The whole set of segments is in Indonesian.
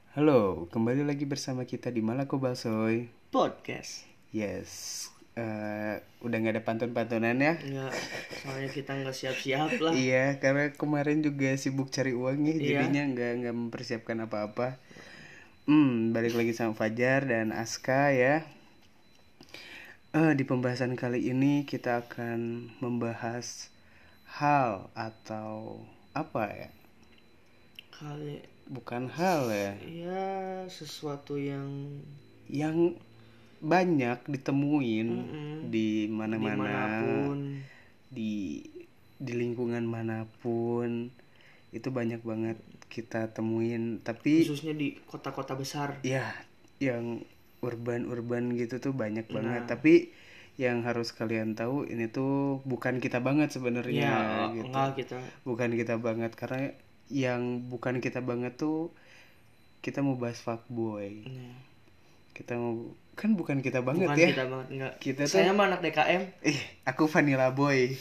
Halo, kembali lagi bersama kita di Malako Balsoy Podcast. Yes, udah gak ada pantun-pantunan ya? Enggak, soalnya kita nggak siap-siap lah. Iya, karena kemarin juga sibuk cari uang nih, Iya. jadinya nggak mempersiapkan apa-apa. Balik lagi sama Fajar dan Aska ya. Di pembahasan kali ini kita akan membahas hal atau apa ya? Kali Bukan hal ya, ya sesuatu yang banyak ditemuin di mana-mana, dimanapun. di lingkungan manapun itu banyak banget kita temuin, tapi Khususnya di kota-kota besar. ya yang urban gitu tuh banyak banget. Nah. Tapi yang harus kalian tahu, ini tuh bukan kita banget sebenarnya Ya, gitu. enggak kita. Bukan kita banget, karena yang bukan kita banget tuh kita mau bahas fuckboy. Nah, Kita mau, kan bukan kita banget bukan ya. kita banget enggak. Kita tuh, Saya mah anak DKM. aku vanilla boy.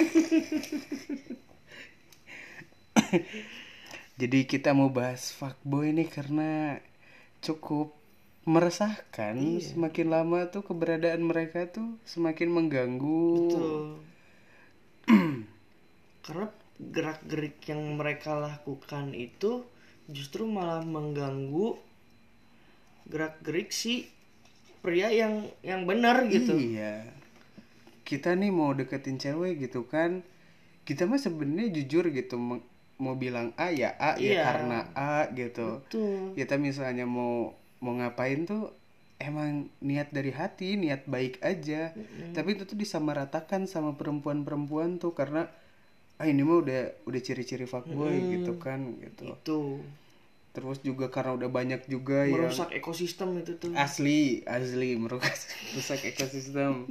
Jadi kita mau bahas fuckboy nih karena cukup meresahkan. Iya. Semakin lama tuh keberadaan mereka tuh semakin mengganggu. Betul. Karena gerak-gerik yang mereka lakukan itu justru malah mengganggu gerak-gerik si pria yang benar gitu. Iya. Kita nih mau deketin cewek gitu kan. Kita mah sebenarnya jujur gitu, mau bilang A ya A ya Iya. karena A gitu. Betul. Kita misalnya mau ngapain tuh emang niat dari hati, niat baik aja. Tapi itu tuh disamaratakan sama perempuan-perempuan tuh karena ini mah udah ciri-ciri fuckboy gitu kan gitu. Itu Terus juga karena udah banyak juga yang merusak ekosistem itu tuh. asli merusak ekosistem.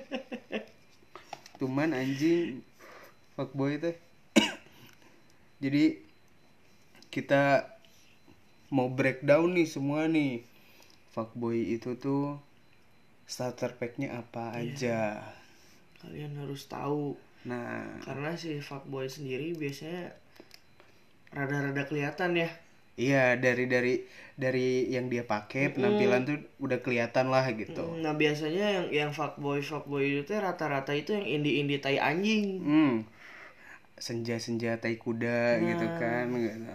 Cuman anjing fuckboy teh. Jadi kita mau breakdown nih semua nih. Fuckboy itu tuh starter pack-nya apa aja. Kalian harus tahu. Nah, Karena si fuckboy sendiri biasanya rada-rada kelihatan ya. iya dari yang dia pakai penampilan tuh udah kelihatan lah gitu. Nah biasanya yang fuckboy itu teh rata-rata itu yang indie tai anjing. Senja tai kuda gitu kan gitu.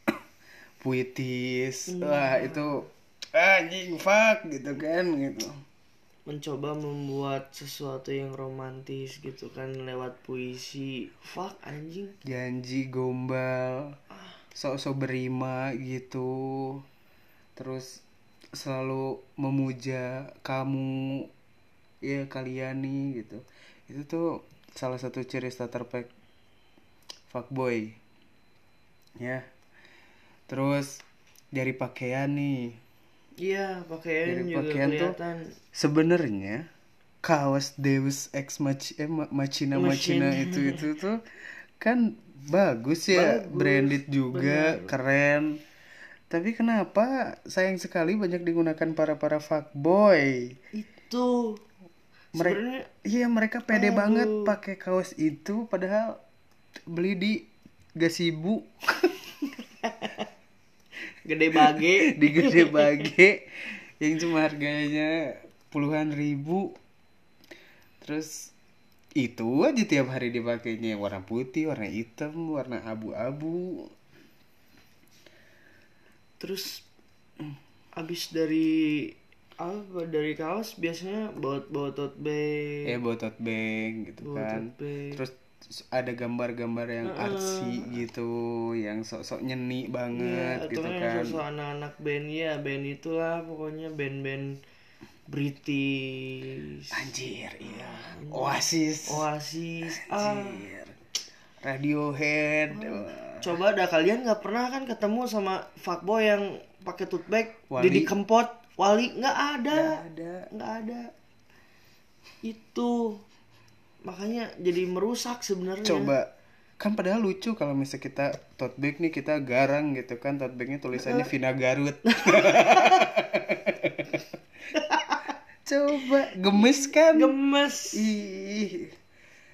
Puitis. Wah, itu anjing fuck gitu kan gitu. Mencoba membuat sesuatu yang romantis gitu kan lewat puisi. Fuck anjing. Janji gombal, sok-sok berima gitu. Terus selalu memuja kamu, ya kalian nih gitu. Itu tuh salah satu ciri starter pack fuckboy ya. Terus dari pakaian nih, Iya, pakaian dari juga pakaian tuh kelihatan. sebenarnya kaos Deus Ex Machina itu tuh kan bagus ya, Bagus, branded juga, benar. keren. Tapi kenapa sayang sekali banyak digunakan para fuckboy? Itu Mereka, sebenarnya mereka pede aduh. banget pakai kaos itu, padahal beli di Gasibu. gede bage. Di Gede Bage yang cuma harganya puluhan ribu. Terus itu aja tiap hari dipakainya, warna putih, warna hitam, warna abu-abu. Terus abis dari kaos biasanya bawa tote bag. Bawa tote bag gitu Bawa kan. tote bag. Terus ada gambar-gambar yang artsy gitu, yang sok-sok nyeni banget Atau gitu kan kan. sosok anak-anak band ya, band itulah pokoknya band-band British. Anjir, iya. Oasis. Anjir. Radiohead. Coba dah kalian nggak pernah kan ketemu sama fuckboy yang pakai tote bag, Wali. Didi Kempot, Wali nggak ada. Itu makanya jadi merusak sebenarnya. Coba kan padahal lucu kalau misalnya kita tote bag nih, kita garang gitu kan, tote bagnya tulisannya Vina Garut. Coba gemes kan? Gemes. Ih.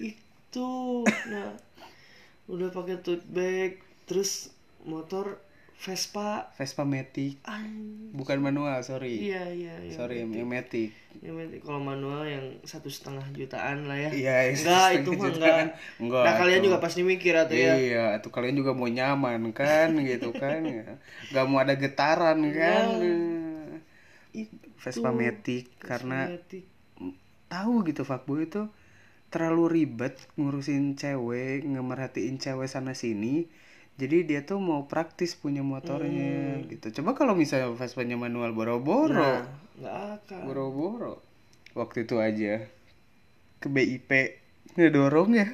Itu nah udah pakai tote bag terus motor Vespa Matic, an- bukan manual, sorry. iya Sorry, Matic. yang Matic. Ya, kalau manual yang 1,5 jutaan lah ya. Iya, yang Enggak, 1,5 itu mah jutaan. enggak. Nah, kalian tuh. juga pasti mikir atau ya. Iya, tuh kalian juga mau nyaman kan gitu kan. Gak mau ada getaran kan. Itu Vespa Matic karena Matic. tahu gitu fuckboy itu terlalu ribet ngurusin cewek, ngemerhatiin cewek sana sini. Jadi dia tuh mau praktis punya motornya gitu. Coba kalau misalnya Vespanya manual boro-boro. Nah, enggak akan. Boro-boro. Waktu itu aja ke BIP ngedorong ya.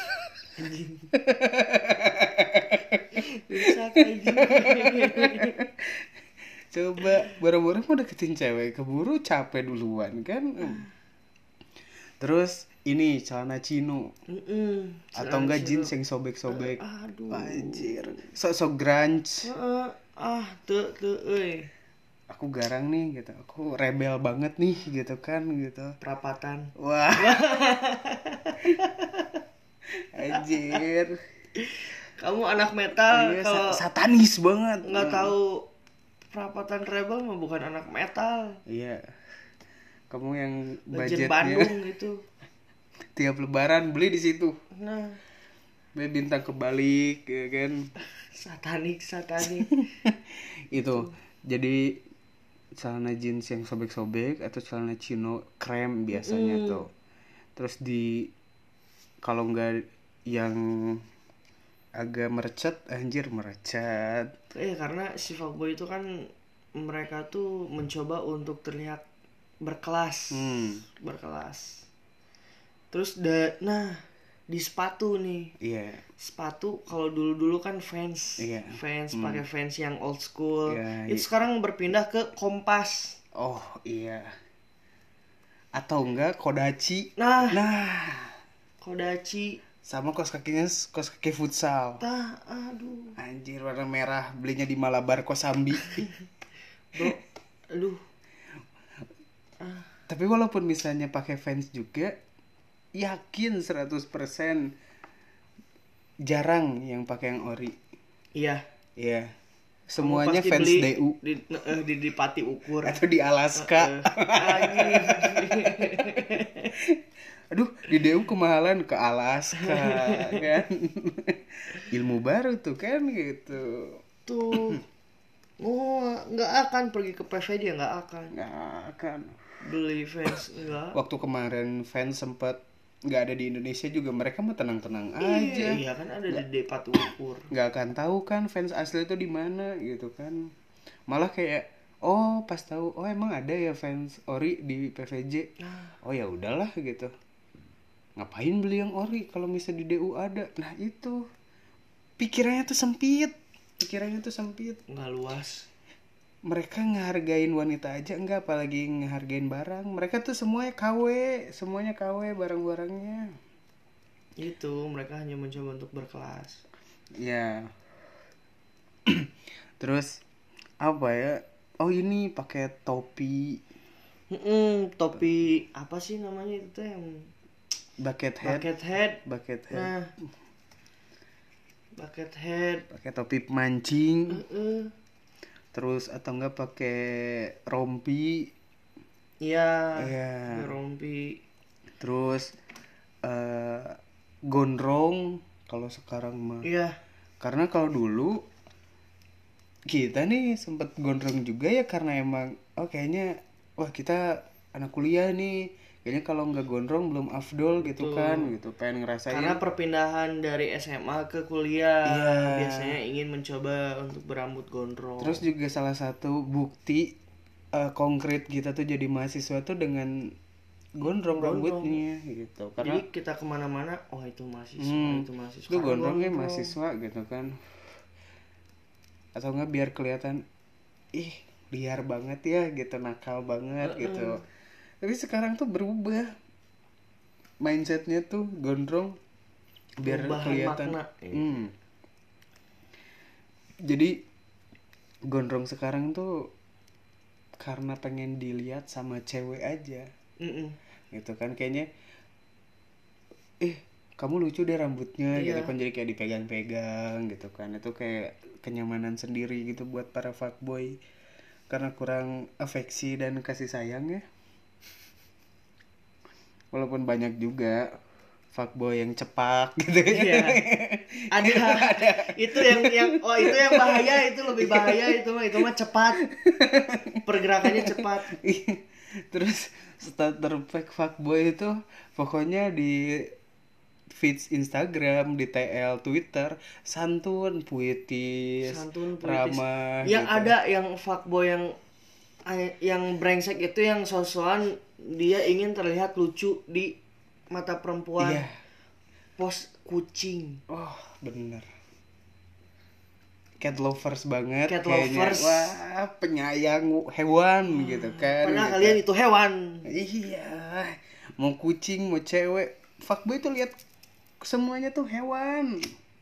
Rusak aja. Coba boro-boro mau deketin cewek, keburu capek duluan kan. Terus ini celana chino atau enggak jeans yang sobek-sobek. Aduh. Anjir. Sok-sok grunge. Tuh euy. Aku garang nih gitu. Aku rebel banget nih gitu kan gitu. Perapatan. Wah. Anjir. Kamu anak metal Iya, kalau satanis banget. nggak tahu perapatan rebel mah bukan anak metal. Iya. Kamu yang Legend budgetnya Bandung gitu. tiap lebaran beli di situ. Nah, Beli bintang kebalik ya kan. satanik. Itu. Jadi celana jeans yang sobek-sobek atau celana chino krem biasanya tuh. Terus kalau enggak yang agak merecet, anjir merecet. Karena si fuckboy itu kan mereka tuh mencoba untuk terlihat berkelas. Berkelas. Terus di sepatu nih. Iya. Sepatu kalau dulu kan Vans. Iya. Vans pakai Vans yang old school. Iya, Itu sekarang berpindah ke Kompas. Oh iya. Atau enggak Kodachi. Nah, Nah, Kodachi. sama kos kaki futsal. Aduh. Anjir warna merah, belinya di Malabar Kosambi. Bro, aduh. Tapi walaupun misalnya pakai Vans juga, yakin 100% jarang yang pakai yang ori. Iya. Iya. Semuanya Kamu pasti fans beli DU di Pati Ukur atau di Alaska. Aduh, di DU kemahalan ke Alaska kan. Ilmu baru tuh kan gitu. Tuh. Nggak akan pergi ke PVJ, nggak akan. Nggak akan. Beli fans enggak. Waktu kemarin fans sempat nggak ada di Indonesia juga, mereka mah tenang-tenang aja. Iya kan ada di Pati Ukur. Nggak akan tahu kan fans asli itu di mana gitu kan. Malah kayak pas tahu emang ada ya fans ori di PVJ. Oh ya udahlah gitu. Ngapain beli yang ori kalau misalnya di DU ada. Nah itu pikirannya tuh sempit. Nggak luas. Mereka ngehargain wanita aja enggak, apalagi ngehargain barang. Mereka tuh semuanya KW barang-barangnya. Itu mereka hanya mencoba untuk berkelas. Ya. Terus apa ya? Oh ini pakai topi. Topi apa sih namanya itu yang Bucket head. Nah, bucket head. Pakai topi mancing. Terus atau enggak pakai rompi. Iya. Iya. Rompi. Terus gondrong kalau sekarang mah. Iya. Karena kalau dulu kita nih sempet gondrong juga ya karena emang kayaknya kita anak kuliah nih. Kayaknya kalau nggak gondrong belum afdol gitu kan gitu, pengen ngerasain. Karena perpindahan dari SMA ke kuliah Iya. biasanya ingin mencoba untuk berambut gondrong. Terus juga salah satu bukti konkret kita tuh jadi mahasiswa tuh dengan gondrong rambutnya gitu. Karena jadi kita kemana-mana itu mahasiswa, itu mahasiswa. Itu gondrongnya mahasiswa gitu kan. Atau nggak biar kelihatan liar banget ya gitu, nakal banget gitu. Tapi sekarang tuh berubah mindsetnya tuh gondrong biar kelihatan. Jadi gondrong sekarang tuh karena pengen dilihat sama cewek aja. Gitu kan kayaknya kamu lucu deh rambutnya gitu kan, jadi kayak dipegang-pegang gitu kan. Itu kayak kenyamanan sendiri gitu buat para fuckboy karena kurang afeksi dan kasih sayang ya. Walaupun banyak juga fuckboy yang cepak gitu ya. Iya. Ada. Itu yang itu yang bahaya, itu lebih bahaya itu mah cepat. Pergerakannya cepat. Terus starter pack fuckboy itu pokoknya di feeds Instagram, di TL, Twitter, santun, puitis, ramah. Yang gitu. ada yang fuckboy yang brengsek itu yang sosokan dia ingin terlihat lucu di mata perempuan. Iya. Pos kucing. Oh, bener. Cat lovers banget. Cat kayaknya. lovers. Wah, penyayang hewan gitu kan. Padahal gitu. kalian itu hewan. Iya. Mau kucing, mau cewek, fuckboy tuh lihat semuanya tuh hewan.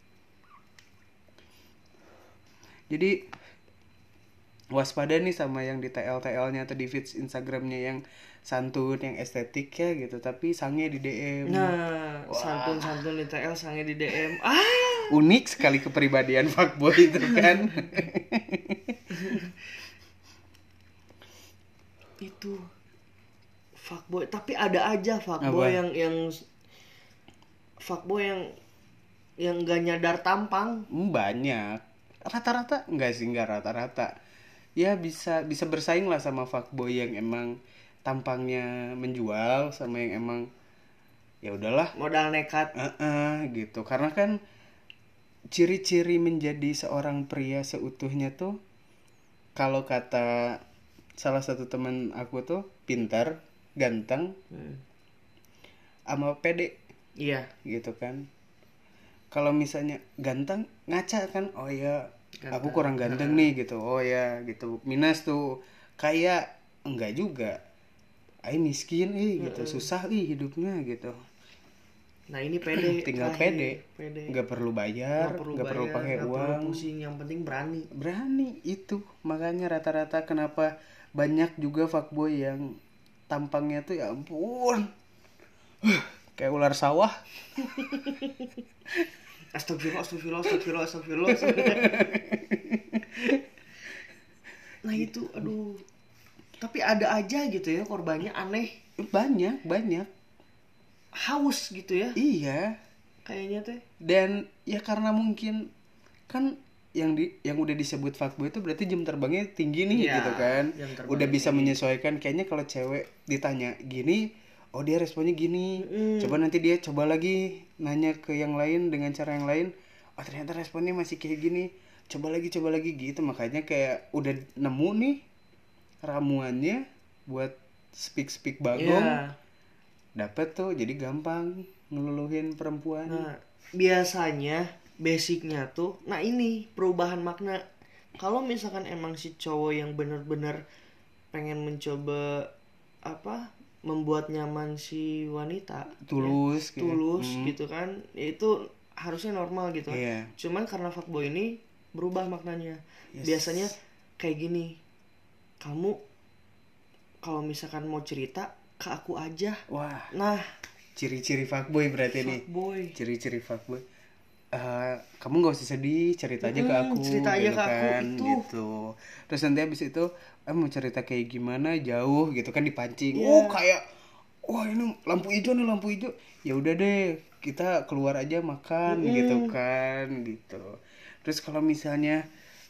Jadi waspada nih sama yang di TL-TL-nya atau di feeds Instagramnya yang santun, yang estetik ya gitu, tapi sangnya di DM. Nah, santun di TL, sangnya di DM. Unik sekali kepribadian fuckboy itu kan. Itu fuckboy, tapi ada aja fuckboy yang fuckboy yang gak nyadar tampang. Banyak. Rata-rata enggak rata-rata. Ya bisa bersaing lah sama fuckboy yang emang tampangnya menjual sama yang emang ya udahlah modal nekat. Gitu. Karena kan ciri-ciri menjadi seorang pria seutuhnya tuh kalau kata salah satu teman aku tuh pintar, ganteng, sama pede. Iya. Gitu kan. Kalau misalnya ganteng ngaca kan, oh ya aku kurang ganteng nih gitu. Oh ya gitu. Minus tuh kayak enggak juga. Miskin gitu. Susah hidupnya gitu. Nah, ini pede. Tinggal pede. Enggak perlu bayar, enggak perlu pakai uang. Enggak perlu pusing, yang penting berani. Berani itu. Makanya rata-rata kenapa banyak juga fuckboy yang tampangnya tuh ya ampun. Kayak ular sawah. Astagfirullah. Nah itu, aduh. Tapi ada aja gitu ya korbannya aneh. Banyak. Haus gitu ya. Iya. Kayaknya teh. Dan ya karena mungkin kan yang udah disebut fuckboy itu berarti jam terbangnya tinggi nih gitu kan. Udah bisa menyesuaikan. Kayaknya kalau cewek ditanya gini, oh dia responnya gini. Coba nanti dia coba lagi nanya ke yang lain dengan cara yang lain. Oh ternyata responnya masih kayak gini. Coba lagi gitu. Makanya kayak udah nemu nih ramuannya buat speak bagong. Yeah. Dapet tuh jadi gampang ngeluluhin perempuan. Nah, biasanya basicnya tuh, nah ini perubahan makna. Kalau misalkan emang si cowok yang bener-bener pengen mencoba membuat nyaman si wanita, tulus gitu kan, itu harusnya normal gitu kan. Yeah. Cuman karena fuckboy ini berubah maknanya. Biasanya kayak gini, kamu kalau misalkan mau cerita ke aku aja. Wah. Nah, ciri-ciri fuckboy berarti fuckboy. nih. Ciri-ciri fuckboy. Kamu gak usah sedih, cerita aja ke aku. Cerita aja ke aku itu. Gitu. Terus nanti abis itu mau cerita kayak gimana jauh gitu kan dipancing. Yeah. Oh kayak wah ini lampu hijau. Ya udah deh kita keluar aja makan gitu kan gitu. Terus kalau misalnya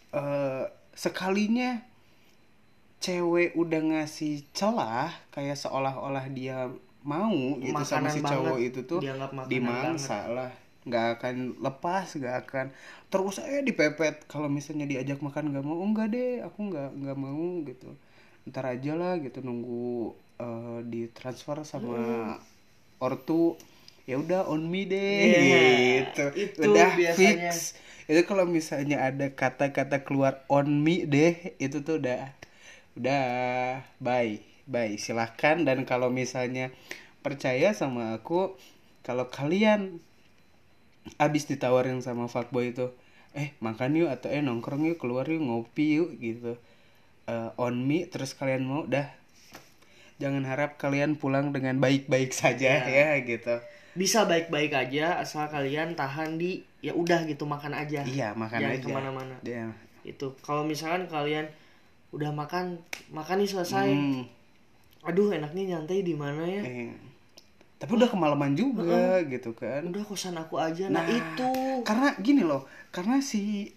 sekalinya cewek udah ngasih celah kayak seolah-olah dia mau gitu Makanan sama si cowok banget. itu tuh dimangsa lah, nggak akan lepas, nggak akan terus dipepet. Kalau misalnya diajak makan nggak mau, enggak deh aku nggak mau gitu, ntar aja lah gitu, nunggu ditransfer sama ortu, ya udah on me deh gitu. Itu udah biasanya. fix itu. Kalau misalnya ada kata-kata keluar on me deh itu tuh udah bye silahkan. Dan kalau misalnya percaya sama aku, kalau kalian abis ditawarin sama fuckboy itu makan yuk atau nongkrong yuk, keluar yuk, ngopi yuk gitu, on me, terus kalian mau, dah jangan harap kalian pulang dengan baik-baik saja ya gitu. Bisa baik-baik aja asal kalian tahan di ya udah gitu, makan aja. Iya, makan Jangan aja. kemana-mana. Dia. Itu kalau misalkan kalian udah makan nih selesai, aduh enaknya nyantai di mana ya, tapi udah kemalaman juga gitu kan. udah kosan aku aja. Nah itu karena gini loh, karena si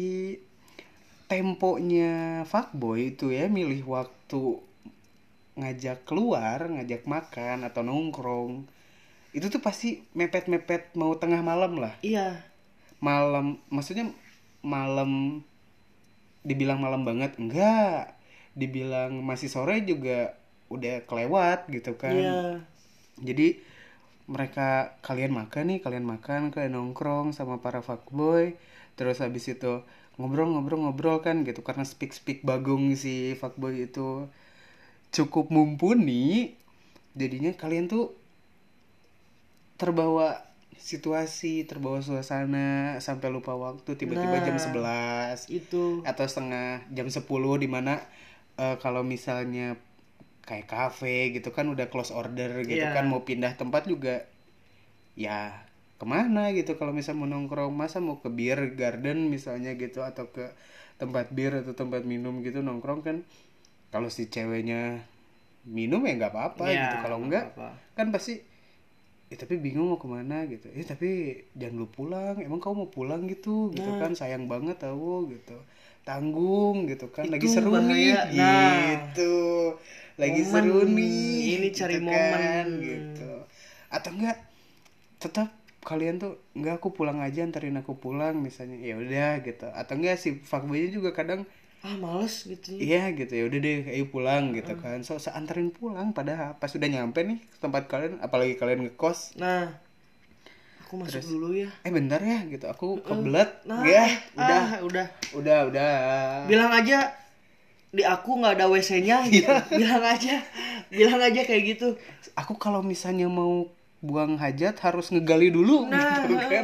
temponya fuckboy itu ya milih waktu ngajak keluar, ngajak makan atau nongkrong, itu tuh pasti mepet-mepet mau tengah malam lah. iya, Malam, maksudnya malam, dibilang malam banget enggak, dibilang masih sore juga udah kelewat gitu kan. iya, Jadi mereka, kalian makan, kalian nongkrong sama para fuckboy, terus habis itu ngobrol kan gitu, karena speak bagong si fuckboy itu cukup mumpuni, jadinya kalian tuh terbawa situasi, terbawa suasana sampai lupa waktu, tiba-tiba jam 11 itu atau setengah jam 10, dimana kalau misalnya kayak kafe gitu kan udah close order gitu Iya. kan, mau pindah tempat juga ya kemana gitu. Kalau misal mau nongkrong, masa mau ke beer garden misalnya gitu, atau ke tempat bir atau tempat minum gitu nongkrong kan, kalau si ceweknya minum ya nggak apa-apa Iya, gitu, kalau nggak enggak apa-apa. kan pasti tapi bingung mau kemana gitu. Tapi jangan lu pulang, emang kamu mau pulang gitu gitu kan, sayang banget tahu gitu, tanggung gitu kan, lagi Itu seru nih bahaya. Nah, gitu, lagi momen. seru nih Ini gitu cari kan, momen. gitu. Atau enggak tetap kalian tuh enggak, aku pulang aja, anterin aku pulang misalnya, ya udah gitu. Atau enggak si fuckboy juga kadang males gitu ya. iya gitu, ya udah deh ayo pulang gitu kan, so anterin pulang, padahal pas sudah nyampe nih ke tempat kalian, apalagi kalian ngekos, Nah, aku masuk dulu ya. bentar ya gitu, aku kebelet. Nah, ya udah bilang aja di aku nggak ada WC-nya gitu. bilang aja kayak gitu. Aku kalau misalnya mau buang hajat harus ngegali dulu gitu kan.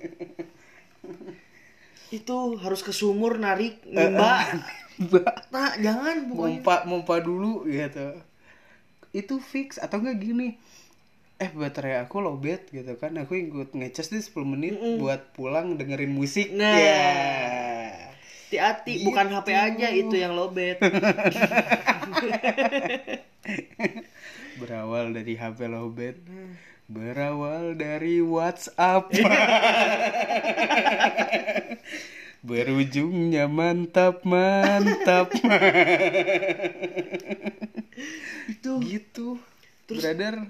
Itu harus ke sumur narik nimba. Nah, jangan pokoknya. Mompa dulu gitu. Itu fix. Atau enggak gini, baterai aku lowbat gitu kan, aku ikut ngecas deh 10 menit buat pulang dengerin musik. Nah, hati-hati gitu. bukan HP aja itu yang lowbat. Berawal dari HP lowbat, berawal dari WhatsApp. Berujungnya mantap. Itu Gitu. Terus brother,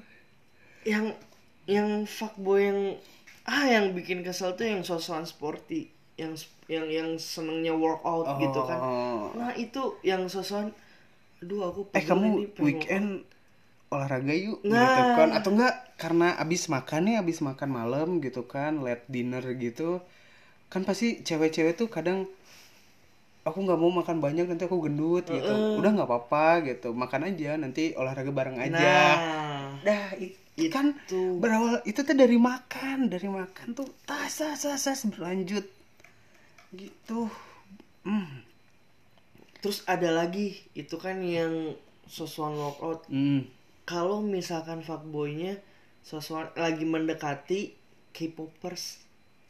yang fuckboy yang bikin kesel tuh yang sosokan sporty, yang senengnya workout gitu kan. Nah, itu yang sosokan, aduh aku pegel kamu ini, pengen weekend olahraga yuk Nah. gitu kan. Atau enggak karena abis makan malam gitu kan, late dinner gitu kan, pasti cewek-cewek tuh kadang, aku nggak mau makan banyak nanti aku gendut gitu. Udah nggak apa-apa gitu, makan aja, nanti olahraga bareng aja. Dah itu kan berawal itu tuh dari makan tuh tas berlanjut gitu. Terus ada lagi itu kan yang sosokan workout. Kalau misalkan fuckboynya sosokan lagi mendekati K-popers,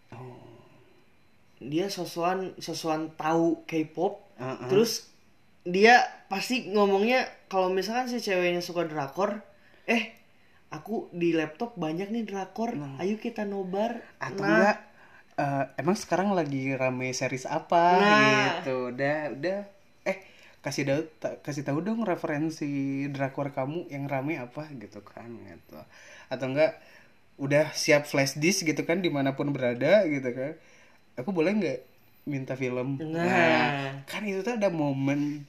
dia sosokan tahu K-pop, terus dia pasti ngomongnya, kalau misalkan si ceweknya suka drakor, aku di laptop banyak nih drakor, ayo kita nobar. Atau enggak emang sekarang lagi rame series apa gitu. Udah kasih tahu dong referensi drakor kamu yang rame apa gitu kan gitu. Atau enggak udah siap flash disk gitu kan dimanapun berada gitu kan, aku boleh nggak minta film. Nah kan itu tuh ada momen,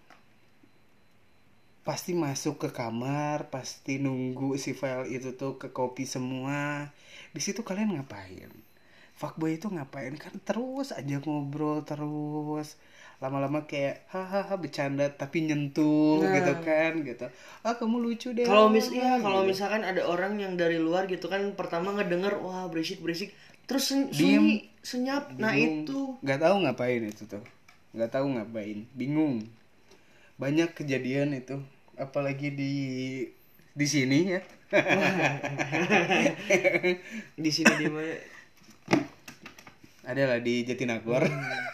pasti masuk ke kamar, pasti nunggu si file itu tuh ke copy semua. Di situ kalian ngapain? Fuckboy itu ngapain? Kan terus aja ngobrol terus, lama-lama kayak hahaha bercanda tapi nyentuh gitu kan gitu. Kamu lucu deh. Kalau misalkan ada orang yang dari luar gitu kan, pertama ngedenger wah berisik terus sunyi senyap, bingung. Nah itu nggak tahu ngapain itu tuh, nggak tahu ngapain, bingung. Banyak kejadian itu apalagi di sini ya. Di sini di mana? Adalah di Jatinangor.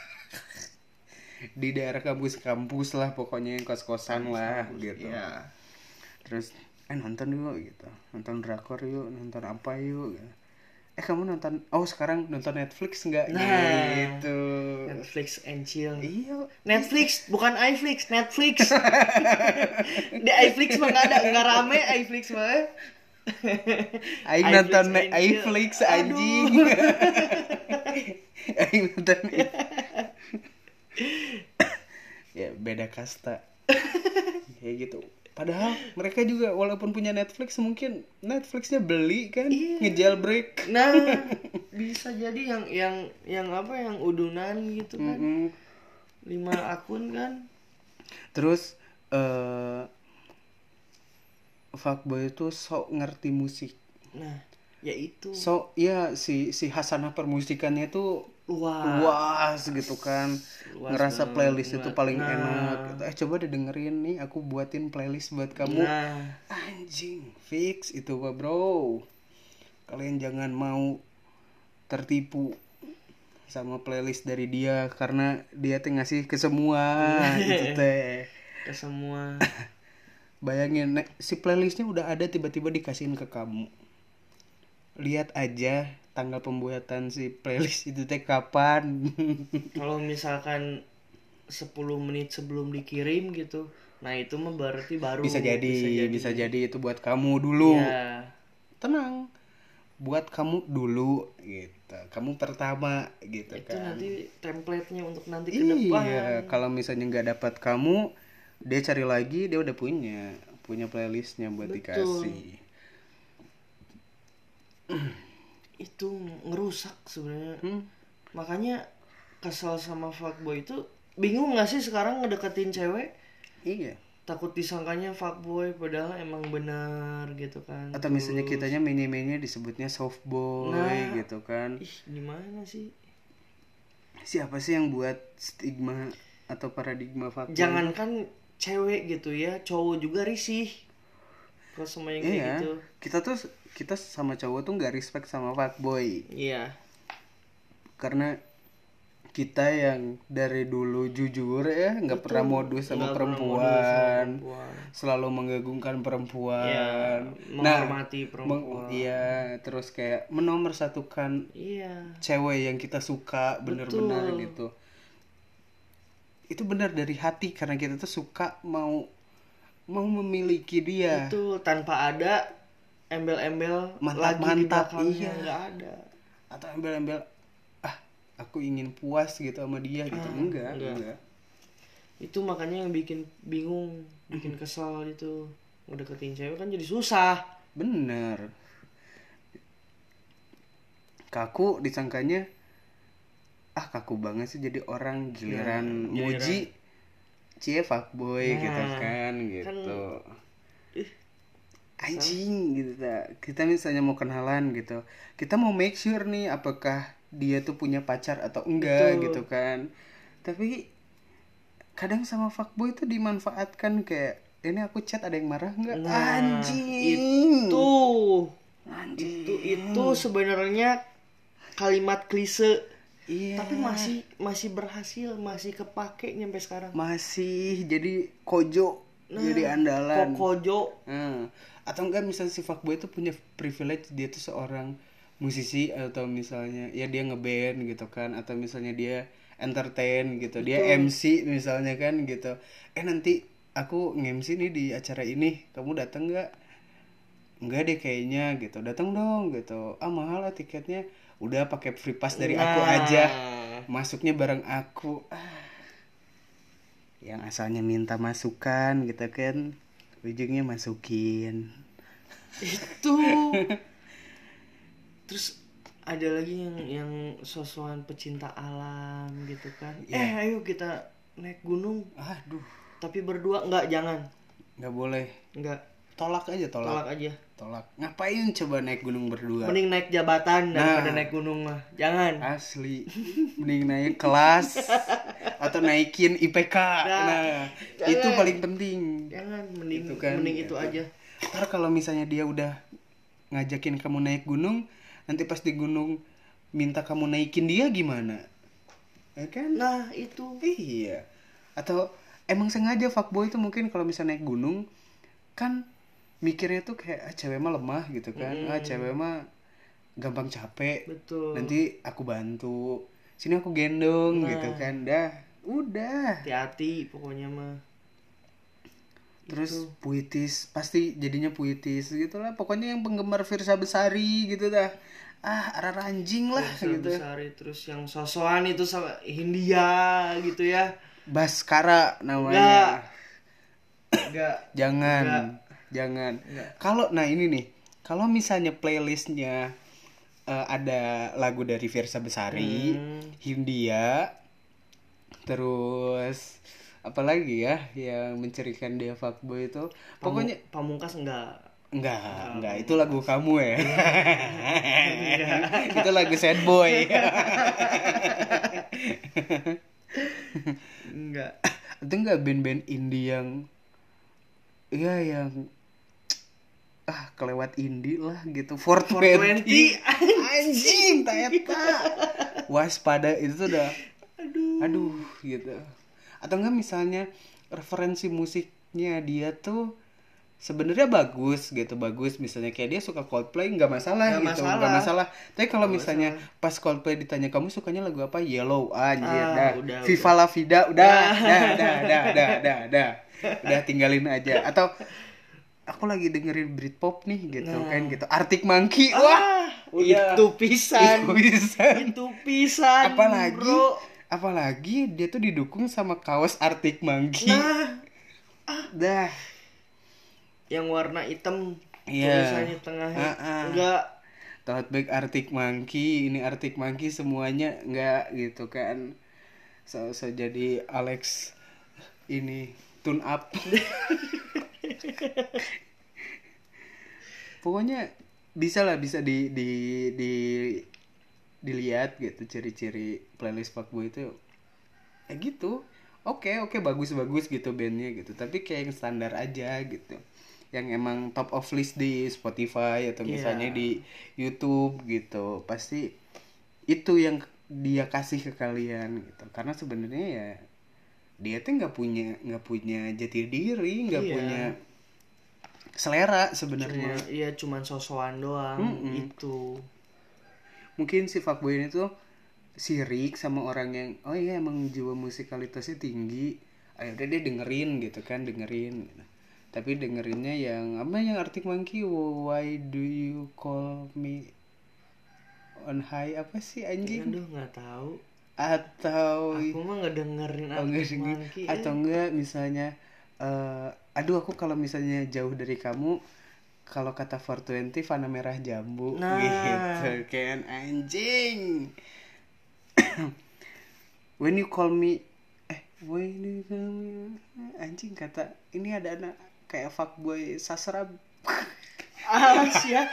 Di daerah kampus lah pokoknya, yang kos-kosan lah gitu. Ya. Terus nonton yuk gitu, nonton drakor yuk, nonton apa yuk gitu. Kamu nonton, sekarang nonton Netflix nggak? Nah, gitu. Netflix and chill. Iya. Netflix bukan iFlix, Netflix. Di iFlix mah nggak rame iFlix mah. Aing nonton iFlix anjing. Aing nonton. Ya beda kasta. Kayak gitu. Padahal mereka juga walaupun punya Netflix, mungkin Netflixnya beli kan, ngejailbreak. Nah, bisa jadi yang apa, yang udunan gitu kan. 5 akun kan. Terus fuckboy itu sok ngerti musik. Nah, ya itu. Ya si Hasanah permusikannya tuh luas gitu kan. Ngerasa playlist itu paling enak gitu. Coba dengerin nih, aku buatin playlist buat kamu. Anjing, fix itu bro. Kalian jangan mau tertipu sama playlist dari dia, karena dia teh ngasih ke semua gitu teh. Ke semua. Bayangin si playlistnya udah ada, tiba-tiba dikasihin ke kamu. Lihat aja tanggal pembuatan si playlist itu teh kapan. Kalau misalkan 10 menit sebelum dikirim gitu, nah itu mah berarti baru bisa jadi itu buat kamu dulu. Ya. Tenang, buat kamu dulu gitu, kamu pertama gitu itu kan. Nanti template-nya untuk nanti ke depan. Iya, kalau misalnya nggak dapat kamu, dia cari lagi, dia udah punya playlistnya buat dikasih. Itu ngerusak sebenarnya. Makanya kesel sama fuckboy itu. Bingung nggak sih sekarang ngedeketin cewek? Iya. Takut disangkanya fuckboy padahal emang benar gitu kan. Atau misalnya kitanya mainnya disebutnya softboy gitu kan. Gimana sih? Siapa sih yang buat stigma atau paradigma fuckboy? Jangankan cewek gitu ya, cowok juga risih kalau sama yang kayak gitu. Kita sama cowok tuh nggak respect sama fuckboy. Iya. Karena kita yang dari dulu jujur ya, nggak pernah modus sama perempuan, selalu mengagungkan perempuan, ya, menghormati perempuan. Iya, terus kayak menomorsatukan cewek yang kita suka bener-bener gitu. Itu benar dari hati, karena kita tuh suka mau memiliki dia. Itu tanpa ada embel-embel mantap, iya, nggak ada. Atau embel-embel aku ingin puas gitu sama dia gitu. Enggak. Itu makanya yang bikin bingung, bikin kesal itu. Ngedeketin cewek kan jadi susah. Bener. Kaku disangkanya kaku banget sih jadi orang, giliran muji cie fuckboy gitu kan gitu. Anjing gitu. Kita misalnya mau kenalan gitu, kita mau make sure nih apakah dia tuh punya pacar atau enggak gitu kan. Tapi kadang sama fuckboy tuh dimanfaatkan, kayak ini aku chat ada yang marah enggak? Anjing. Itu sebenarnya kalimat klise. Iya. Tapi masih berhasil, masih kepake nyampe sekarang. Masih jadi kojo, jadi andalan. Kojo. Atau enggak misalnya si fuckboy itu punya privilege, dia tuh seorang musisi, atau misalnya ya dia ngeband gitu kan, atau misalnya dia entertain gitu. Betul. Dia MC misalnya kan gitu. Nanti aku nge-MC nih di acara ini, kamu datang enggak? Enggak deh kayaknya gitu. Datang dong gitu. Mahal lah tiketnya. Udah pakai free pass dari aku aja. Masuknya bareng aku. Yang asalnya minta masukan gitu kan, ujungnya masukin. Itu. Terus ada lagi yang sosokan pecinta alam gitu kan. Ayo kita naik gunung. Aduh. Tapi berdua, jangan. Nggak boleh. Nggak. tolak aja, Tolak aja. tolak. Ngapain coba naik gunung berdua? Mending naik jabatan daripada naik gunung mah. Jangan. Asli, mending naik kelas atau naikin IPK. Nah, jangan. itu paling penting. Jangan, mending Itu kan, mending itu aja. Ntar kalau misalnya dia udah ngajakin kamu naik gunung, nanti pas di gunung minta kamu naikin dia gimana? Ya kan? Nah, itu. Iya. Atau emang sengaja fuckboy itu mungkin kalau misalnya naik gunung kan mikirnya tuh kayak cewek mah lemah gitu kan. Cewek mah gampang capek. Betul. Nanti aku bantu. Sini aku gendong gitu kan. Udah. Hati-hati pokoknya mah. Terus puitis, pasti jadinya puitis gitu lah. Pokoknya yang penggemar Firsa Besari gitu dah. Arah anjing lah Firsa gitu. Besari, terus yang sosokan itu sama Hindia gitu ya. Baskara namanya. Enggak. Jangan. Kalau ini nih, kalau misalnya playlistnya ada lagu dari Firsa Besari, Hindia, terus apalagi ya yang mencirikan dia fuckboy itu, pokoknya Pamungkas enggak. Itu lagu kamu ya. Itu lagu sad boy. Enggak. Itu enggak band-band indie yang kelewat indie lah gitu. 420 anjing taeta. Waspada itu tuh udah aduh gitu. Atau enggak misalnya referensi musiknya dia tuh sebenarnya bagus misalnya kayak dia suka Coldplay nggak masalah. Tapi kalau misalnya pas Coldplay ditanya kamu sukanya lagu apa, Yellow anjir udah Viva La Vida udah tinggalin aja. Atau aku lagi dengerin Britpop nih gitu kan gitu, Arctic Monkey itu pisan apalagi dia tuh didukung sama kaos Arctic Monkey yang warna hitam tulisannya tengahnya enggak tote bag Arctic Monkey, ini Arctic Monkey semuanya enggak gitu kan. So jadi Alex ini tune up. Pokoknya bisa dilihat gitu ciri-ciri playlist fuckboy itu gitu. Oke, bagus gitu bandnya gitu, tapi kayak yang standar aja gitu, yang emang top of list di Spotify atau misalnya di YouTube gitu, pasti itu yang dia kasih ke kalian gitu. Karena sebenarnya ya dia tuh nggak punya jati diri, nggak punya selera sebenarnya. Cuman sosokan doang. Itu mungkin si fuckboy ini tuh sirik sama orang yang emang jiwa musikalitasnya tinggi. Ayo udah dia dengerin gitu. Tapi dengerinnya yang Arctic Monkey, why do you call me on high, apa sih anjing? Aduh nggak tahu. Atau aku mah nggak dengerin Arctic Monkey. Atau enggak misalnya aku kalau misalnya jauh dari kamu, kalau kata 420 Fana merah jambu gitu kan anjing. When you call me anjing, kata ini ada anak kayak fuckboy sastra. Alas ya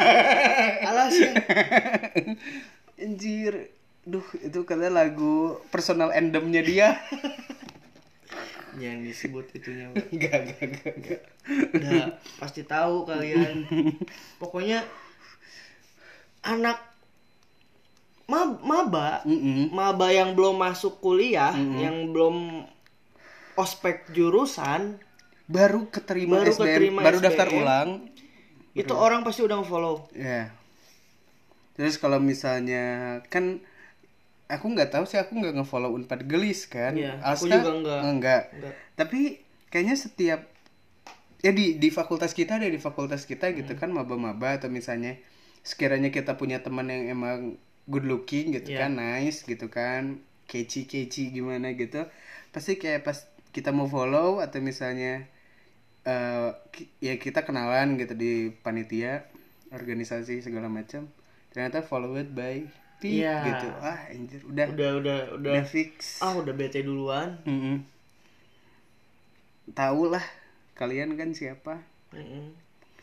anjir. Duh, itu katanya lagu personal anthemnya dia. Jangan disebut itunya. Enggak. Udah pasti tahu kalian. Pokoknya anak maba yang belum masuk kuliah, yang belum ospek jurusan, baru keterima SBM, baru daftar ulang, itu orang pasti udah follow. Ya. Terus kalau misalnya kan aku nggak tahu sih, aku nggak ngefollow Unpad Gelis kan. Aku juga enggak. Tapi kayaknya setiap di fakultas kita gitu kan, maba-maba atau misalnya sekiranya kita punya teman yang emang good looking gitu kan, nice gitu kan, catchy gimana gitu, pasti kayak pas kita mau follow atau misalnya kita kenalan gitu di panitia organisasi segala macam, ternyata followed by gitu. Anjir, udah fix. Udah bete duluan. Tahu lah kalian kan siapa.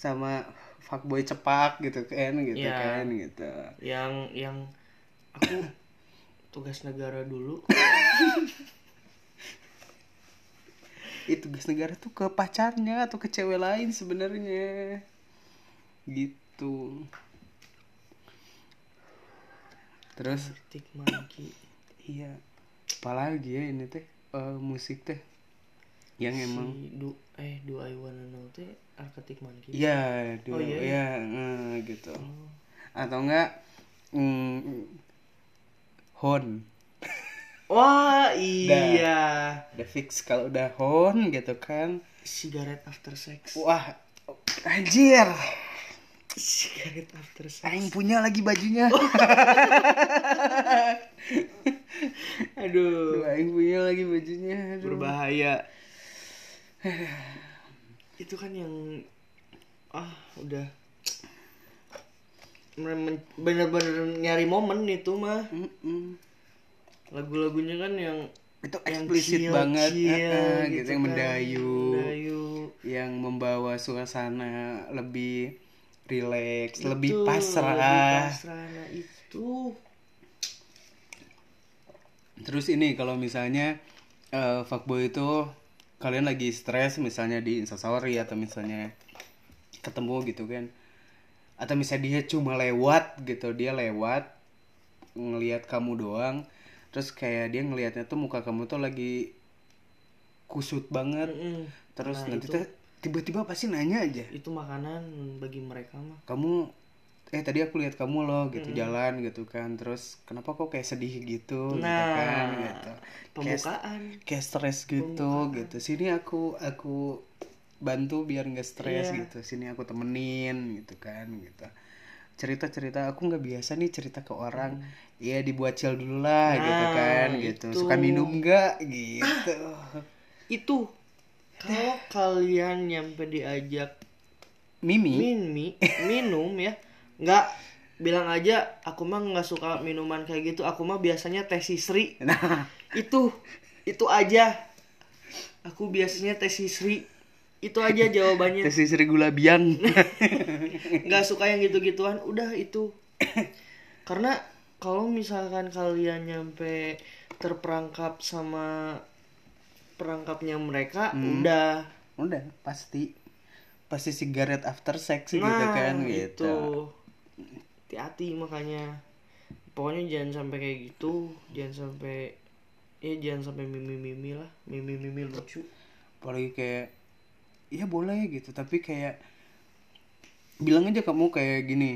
sama fuckboy cepak gitu kan Ya. gitu. Yang aku tugas negara dulu. Itu tugas negara tuh ke pacarnya atau ke cewek lain sebenarnya gitu. Terus Arctic Monkey. iya, apalagi ya ini teh musik teh yang emang Do I Wanna Know teh Arctic Monkey. iya Oh, iya, ya gitu. Atau enggak Hon. Wah iya. Udah fix kalau udah Hon gitu kan. Cigarette After Sex. Wah, anjir. Cigarette After Sex. Aing punya lagi bajunya. Aduh, Aing punya lagi bajunya. Aduh. berbahaya. Itu kan yang udah bener-bener nyari momen itu mah. Lagu-lagunya kan yang Itu eksplisit banget gitu, yang kan, mendayu, yang membawa suasana lebih rileks, lebih Betul, pasrah. lebih pasrah. Nah itu Terus ini kalau misalnya fuckboy itu kalian lagi stres misalnya di Instastory atau misalnya ketemu gitu kan, atau misalnya dia cuma lewat gitu, dia lewat ngelihat kamu doang, terus kayak dia ngelihatnya tuh muka kamu tuh lagi kusut banget. Terus nah, nanti itu, tuh tiba-tiba pasti nanya aja, itu makanan bagi mereka mah. kamu tadi aku lihat kamu loh gitu jalan gitu kan, terus kenapa kok kayak sedih gitu gitu kan gitu, pembukaan kayak stres gitu gitu, sini aku bantu biar nggak stres gitu, sini aku temenin gitu kan gitu, cerita aku nggak biasa nih cerita ke orang, ya dibuat chill dulu lah gitu kan gitu, suka minum nggak gitu. Itu kalau kalian nyampe diajak Mimi minum ya, nggak bilang aja aku mah nggak suka minuman kayak gitu, aku mah biasanya teh sisri. nah itu aja, aku biasanya teh sisri, itu aja jawabannya. tes Sri gula biang. Nggak suka yang gitu-gituan, udah itu. Karena kalau misalkan kalian nyampe terperangkap sama perangkapnya mereka, udah pasti cigarette after sex gitu nah kan itu gitu. hati-hati, makanya pokoknya jangan sampai kayak gitu, jangan sampai mimi lah, mimi lucu. Apalagi kayak ya boleh gitu, tapi kayak bilang aja kamu kayak gini,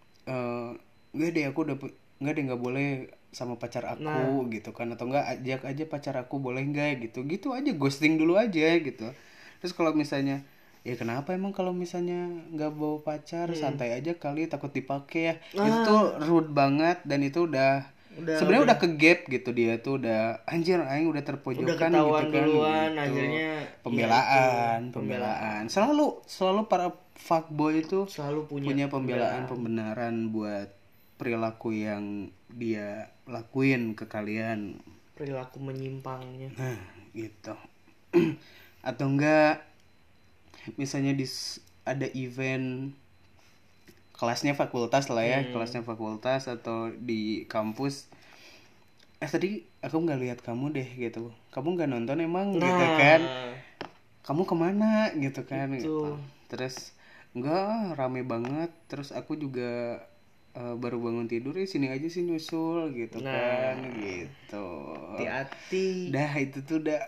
nggak deh aku nggak boleh sama pacar aku gitu kan, atau enggak ajak aja pacar aku boleh nggak gitu aja, ghosting dulu aja gitu. Terus kalau misalnya ya kenapa emang kalau misalnya nggak bawa pacar, santai aja kali, takut dipakai ya. Itu tuh rude banget, dan itu udah sebenarnya udah ke gap gitu, dia tuh udah anjir aing udah terpojokan gitu kan duluan, gitu. akhirnya Pembelaan. Selalu para fuckboy itu selalu punya pembelaan buat perilaku yang dia lakuin ke kalian, perilaku menyimpangnya. nah gitu. Atau enggak misalnya ada event kelasnya fakultas lah ya, kelasnya fakultas atau di kampus, tadi aku nggak lihat kamu deh gitu, kamu nggak nonton emang gitu kan, kamu kemana gitu kan gitu. Terus enggak, rame banget, terus aku juga baru bangun tidur, sini aja sih nyusul gitu kan gitu. Hati-hati. Dah itu tuh udah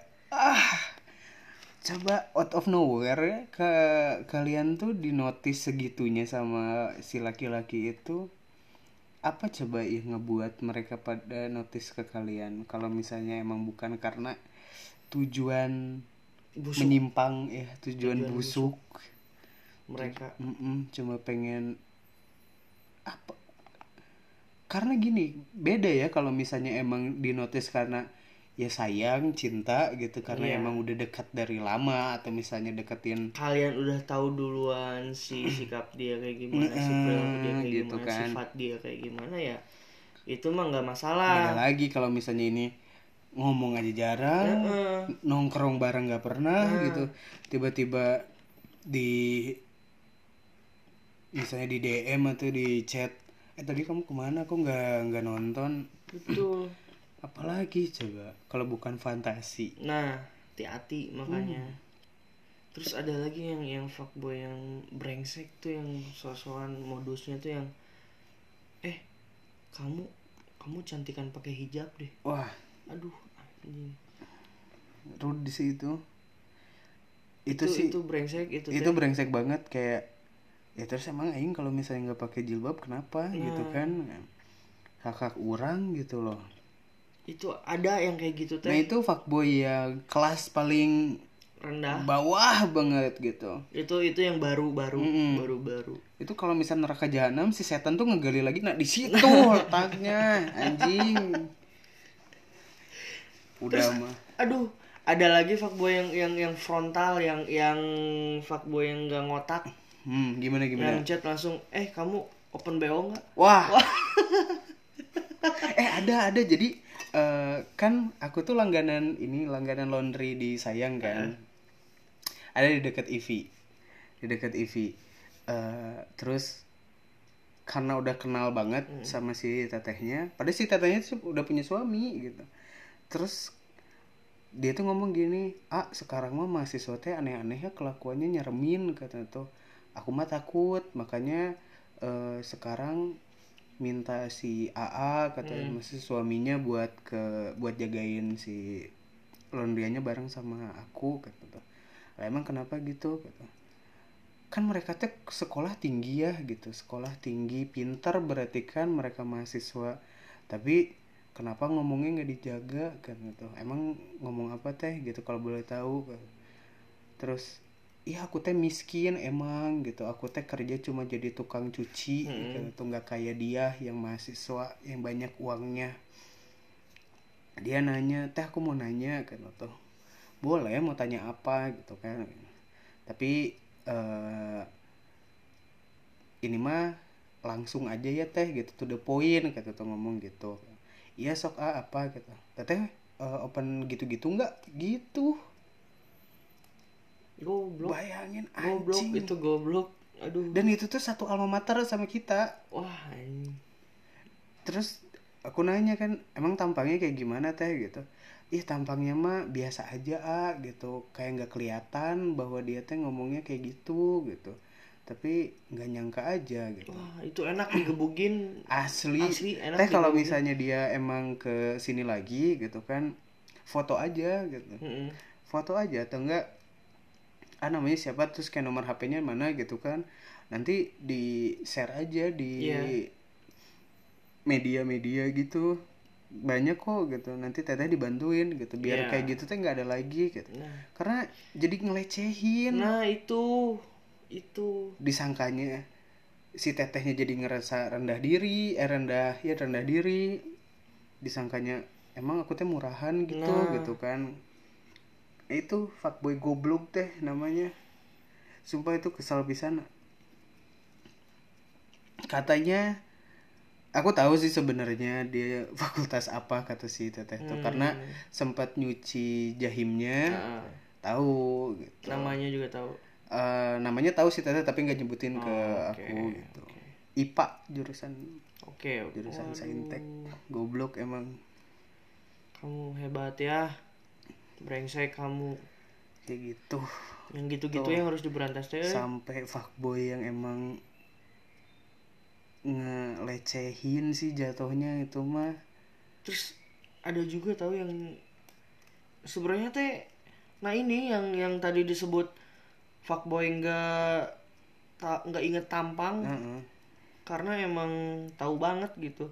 coba out of nowhere ya, kalian tuh di notice segitunya sama si laki-laki itu. Apa coba yang ngebuat mereka pada notice ke kalian, kalau misalnya emang bukan karena tujuan busuk. Menyimpang ya, tujuan busuk. Mereka cuma pengen apa, karena gini, beda ya kalau misalnya emang di notice karena ya sayang, cinta gitu, karena emang udah dekat dari lama, atau misalnya deketin, kalian udah tahu duluan si sikap dia kayak gimana, si perilaku dia kayak gitu gimana, kan. sifat dia kayak gimana, ya itu mah nggak masalah. Beda lagi kalau misalnya ini ngomong aja jarang, nongkrong bareng nggak pernah gitu, tiba-tiba di misalnya di DM atau di chat, tadi kamu kemana, kok nggak nonton. Betul. Apalagi coba kalau bukan fantasi. Nah, hati-hati makanya. Terus ada lagi yang fuckboy yang brengsek tuh, yang sosokan modusnya tuh yang kamu cantikan pakai hijab deh. Wah, Aduh, anjing. rude sih itu. Itu brengsek itu teh. Brengsek banget, kayak ya terus emang aing kalau misalnya nggak pakai jilbab kenapa gitu kan, hak orang gitu loh. Itu ada yang kayak gitu teh. Nah itu fuckboy ya kelas paling Rendah. bawah banget gitu. Itu yang baru. Itu kalau misal neraka jahanam, si setan tuh ngegali lagi, nah di situ letaknya anjing. Udah Terus, mah. aduh, ada lagi fuckboy yang frontal, yang fuckboy yang gak ngotak. Gimana? Yang chat langsung, kamu open BO nggak? Wah. Ada jadi kan aku tuh langganan laundry di Sayang kan. Ada di dekat IV. Terus karena udah kenal banget sama si tetehnya, padahal si tetehnya tuh udah punya suami gitu. Terus dia tuh ngomong gini, sekarang mah mahasiswa teh aneh-aneh ya kelakuannya, nyeremin kata tuh. Aku mah takut, makanya sekarang minta si AA kata masih suaminya buat jagain si laundryanya bareng sama aku kata tuh. Lah emang kenapa gitu kata. Kan mereka teh sekolah tinggi ya gitu, sekolah tinggi, pintar, berarti kan mereka mahasiswa. Tapi kenapa ngomongnya nggak dijaga kan gitu. Emang ngomong apa teh gitu kalau boleh tahu kan. Terus iya aku teh miskin emang gitu, aku teh kerja cuma jadi tukang cuci gitu, nggak kayak dia yang mahasiswa yang banyak uangnya. Dia nanya, teh aku mau nanya kan tuh, boleh mau tanya apa gitu kan. Tapi ini mah langsung aja ya teh gitu, to the point kata tuh ngomong gitu. Iya sok apa gitu. Teteh open gitu-gitu nggak gitu. Goblok. Bayangin Goblok anjing. itu goblok. Aduh. Dan itu tuh satu alma mater sama kita. Wah, ini. Terus aku nanya kan, emang tampangnya kayak gimana teh gitu. Ih tampangnya mah biasa aja gitu, kayak nggak kelihatan bahwa dia teh ngomongnya kayak gitu gitu. Tapi nggak nyangka aja gitu. Wah, itu enak digebukin. Asli Enak teh kalau digebukin. misalnya dia emang ke sini lagi gitu kan, foto aja gitu. Foto aja atau enggak namanya siapa, terus kayak nomor HP-nya mana gitu kan, nanti di share aja di media-media gitu, banyak kok gitu, nanti teteh dibantuin gitu biar kayak gitu teh nggak ada lagi gitu. Karena jadi ngelecehin. Nah itu disangkanya si tetehnya jadi ngerasa rendah diri, disangkanya emang aku teh murahan gitu gitu kan. Itu fuckboy goblok teh namanya, sumpah itu kesal pisan. Katanya aku tahu sih sebenarnya dia fakultas apa kata si teteh tuh, karena sempat nyuci jahimnya. Tahu gitu, namanya juga tahu. Namanya tahu si teteh tapi nggak nyebutin ke aku gitu. IPA jurusan saintek. Goblok emang. Kamu hebat ya, brengsek kamu. Kayak gitu. Yang gitu-gitu yang harus diberantas teh. Sampai fuckboy yang emang ngelecehin sih jatuhnya itu mah. Terus ada juga tahu yang sebenarnya teh, nah ini yang tadi disebut fuckboy nggak inget tampang. Karena emang tahu banget gitu.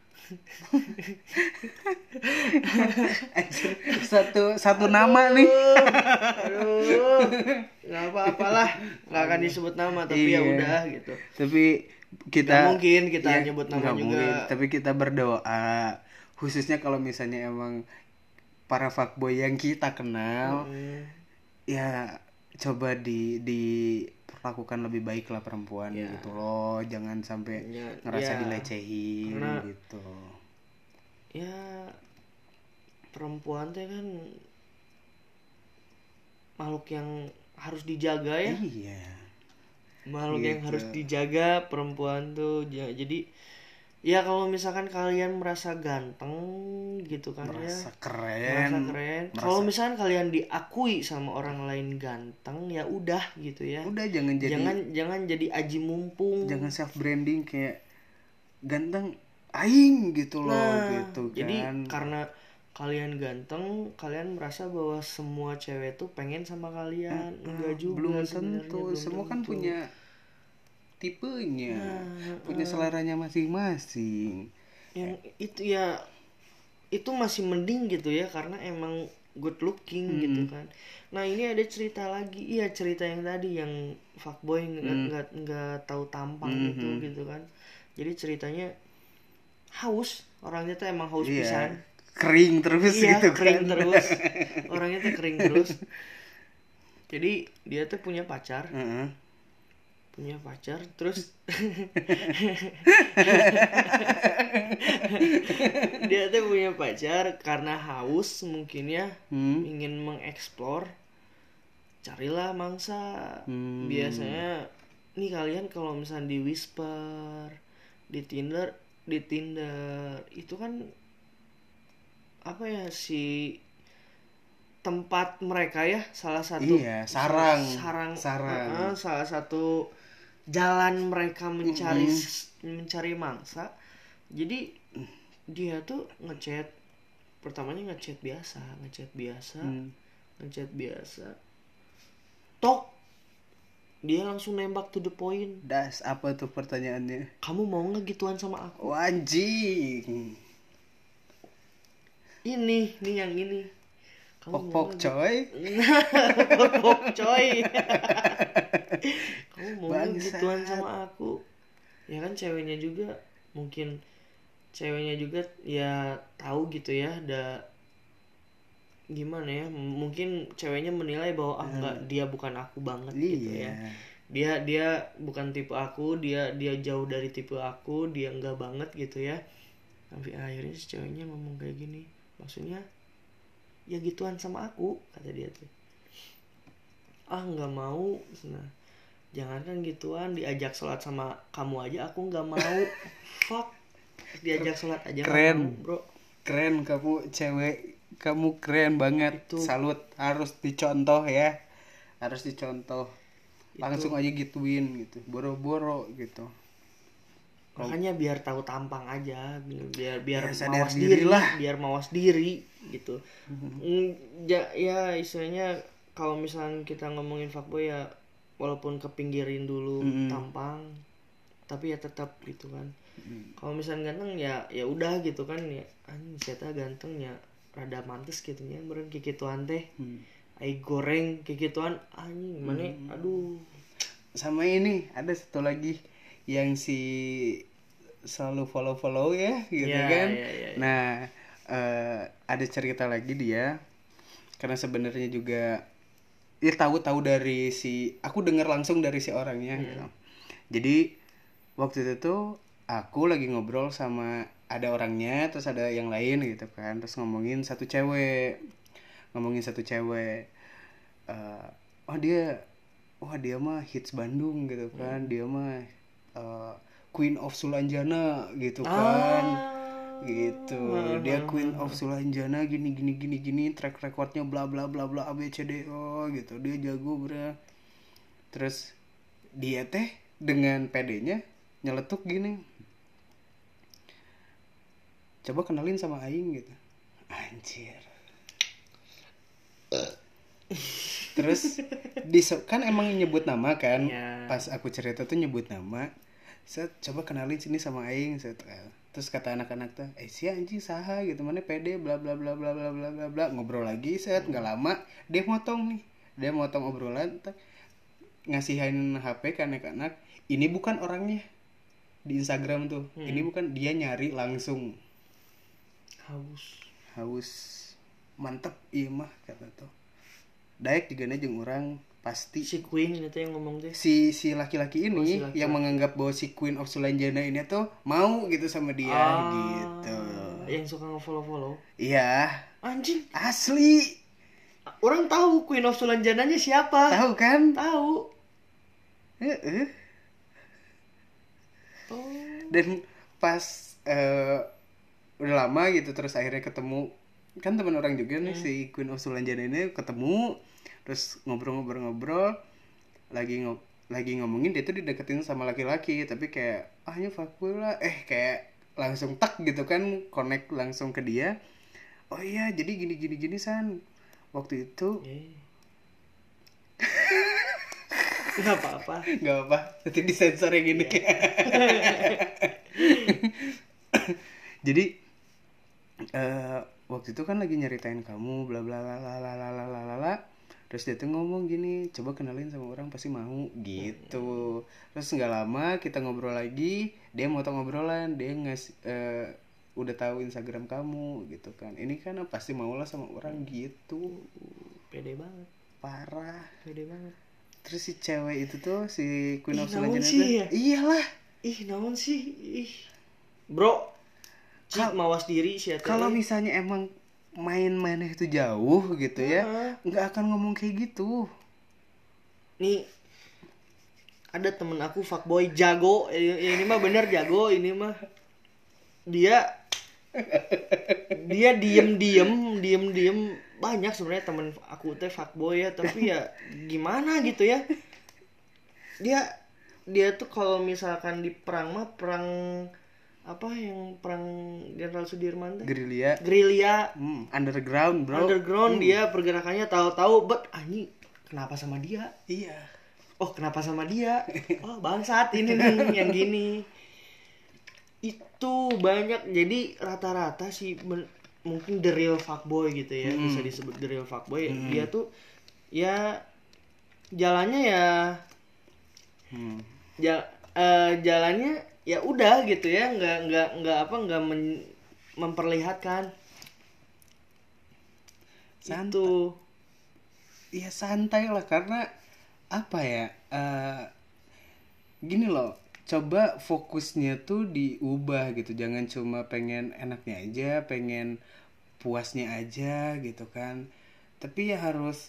satu nama nih. Aduh, nggak apa-apalah, nggak akan disebut nama, tapi ya udah gitu. Tapi kita nggak mungkin kita nyebut nama juga. Mungkin, tapi kita berdoa khususnya kalau misalnya emang para fuckboy yang kita kenal, ya coba diperlakukan lebih baik lah perempuan gitu loh, jangan sampai ngerasa dilecehin gitu. Ya perempuan teh kan makhluk yang harus dijaga ya. Iya. makhluk yang Gitu. harus dijaga perempuan tuh. Jadi ya kalau misalkan kalian merasa ganteng gitu kan, Merasa ya keren. merasa keren. Kalau misalkan kalian diakui sama orang lain ganteng, ya udah gitu ya. Udah jangan jadi Jangan jadi aji mumpung. jangan self branding kayak ganteng aing gitu loh Nah, gitu jadi kan. karena kalian ganteng, kalian merasa bahwa semua cewek tuh pengen sama kalian. Enggak juga belum sebenarnya, tentu. belum Semua kan tentu. punya tipenya, Nah, punya seleranya masing-masing. yang itu ya itu masih mending gitu ya, karena emang good looking gitu kan. Nah ini ada cerita lagi, iya cerita yang tadi yang fuckboy nggak tahu tampang gitu kan. Jadi ceritanya haus, orangnya tuh emang haus Iya, pisan. kering terus Iya, gitu kering kan. terus, orangnya tuh kering terus. Jadi dia tuh punya pacar terus dia tuh punya pacar karena haus mungkin ya, ingin mengeksplor, carilah mangsa. Biasanya nih kalian kalau misalnya di Whisper, di Tinder itu kan apa ya, si tempat mereka ya, salah satu Iya, sarang. salah satu jalan mereka mencari mangsa. Jadi dia tuh pertamanya ngechat biasa tok, dia langsung nembak to the point. Das, apa tuh pertanyaannya? Kamu mau nggak gituan sama aku? Anjing. Ini yang ini. Pok coy. Pok coy. Kamu mau nggak Bangsat. gituan sama aku? Ya kan ceweknya juga ya tahu gitu ya, gimana ya, mungkin ceweknya menilai bahwa enggak, dia bukan aku banget gitu ya. Dia bukan tipe aku, dia jauh dari tipe aku, dia enggak banget gitu ya. Tapi akhirnya si ceweknya ngomong kayak gini, maksudnya ya gituan sama aku, kata dia tuh. Nggak mau. Nah, jangankan gituan, diajak sholat sama kamu aja aku nggak mau. Fuck, diajak sholat aja Keren. nggak mau, bro. Keren kamu cewek, kamu keren banget. Itu. Salut, harus dicontoh ya, harus dicontoh. Langsung aja gituin gitu, boro-boro gitu. Makanya biar tahu tampang aja, biar Ya, sadar mawas diri diri lah. biar mawas diri gitu. Ya istilahnya kalau misalnya kita ngomongin fuckboy ya, walaupun kepinggirin dulu tampang, tapi ya tetap gitu kan. Kalau misalnya ganteng ya udah gitu kan ya, anjing saya ganteng ya rada mantes gitu nya, beren kikituan teh ai goreng kikituan anjing mana aduh. Sama ini ada satu lagi yang si selalu follow ya gitu kan. Ya. Nah ada cerita lagi dia, karena sebenarnya juga dia tahu dari si, aku dengar langsung dari si orangnya gitu. Jadi waktu itu tuh aku lagi ngobrol sama, ada orangnya terus ada yang lain gitu kan, terus ngomongin satu cewek dia mah hits Bandung gitu kan, dia mah Queen of Sulanjana gitu kan. Gitu, dia Queen of Sulanjana gini track recordnya bla bla bla bla ABCDO gitu, dia jago bro. Terus dia teh dengan pedenya nyeletuk gini, coba kenalin sama aing gitu. Anjir. Terus kan emang nyebut nama kan. Pas aku cerita tuh nyebut nama. Set, coba kenalin sini sama aing. Set, terus kata anak-anak tuh, si anjing saha gitu, mana pede bla bla bla bla bla bla bla bla. Ngobrol lagi, set, nggak lama dia motong obrolan, ngasihin HP ke anak-anak. Ini bukan orangnya di Instagram tuh. Ini bukan, dia nyari langsung. Haus. Mantep iya mah kata tuh. Daek juga jeung orang pasti si Queen itu yang ngomong tuh, si laki-laki ini yang menganggap bahwa si Queen of Sulanjana ini tuh mau gitu sama dia gitu. Yang suka nge-follow. Iya. Anjing. Asli. Orang tahu Queen of Sulanjananya siapa. Tahu kan? Tahu. Heeh. Oh. Dan pas udah lama gitu terus akhirnya ketemu kan teman orang juga nih si Queen of Sulanjana ini, ketemu terus ngobrol-ngobrol lagi ngomongin dia tuh dideketin sama laki-laki, tapi kayak ya fuckboy lah, kayak langsung tak gitu kan, connect langsung ke dia. Oh iya, jadi gini San, waktu itu Nggak apa-apa. nggak apa, nanti disensor yang gini. Jadi waktu itu kan lagi nyeritain kamu bla bla la la la la la la la la. Terus dia tuh ngomong gini, coba kenalin sama orang pasti mau gitu. Terus nggak lama kita ngobrol lagi, dia mau tau ngobrolan, dia udah tahu Instagram kamu gitu kan. Ini kan pasti mau lah sama orang gitu. Pede banget. Parah. Pede banget. Terus si cewek itu tuh si Queen of naon Sulanjana sih itu, ya? iyalah. Naon sih? Bro, mawas diri sih. Kalau misalnya emang main-mainnya itu jauh gitu ya, nggak akan ngomong kayak gitu. Nih, ada temen aku fuckboy jago. Ini mah bener jago. Ini mah dia diem banyak sebenarnya temen aku teh fuckboy ya, tapi ya gimana gitu ya. Dia tuh kalau misalkan di perang mah perang apa yang perang Jenderal Sudirman teh? Gerilya. Underground, bro. Dia pergerakannya tahu-tahu anjing kenapa sama dia? Iya. Oh, kenapa sama dia? Oh, bangsat ini nih yang gini. Itu banyak. Jadi rata-rata sih mungkin the real fuckboy gitu ya, bisa disebut the real fuckboy. Dia tuh ya jalannya jalannya ya udah gitu ya, nggak memperlihatkan santai. Iya santai lah, karena apa ya, gini loh, coba fokusnya tuh diubah gitu, jangan cuma pengen enaknya aja, pengen puasnya aja gitu kan, tapi ya harus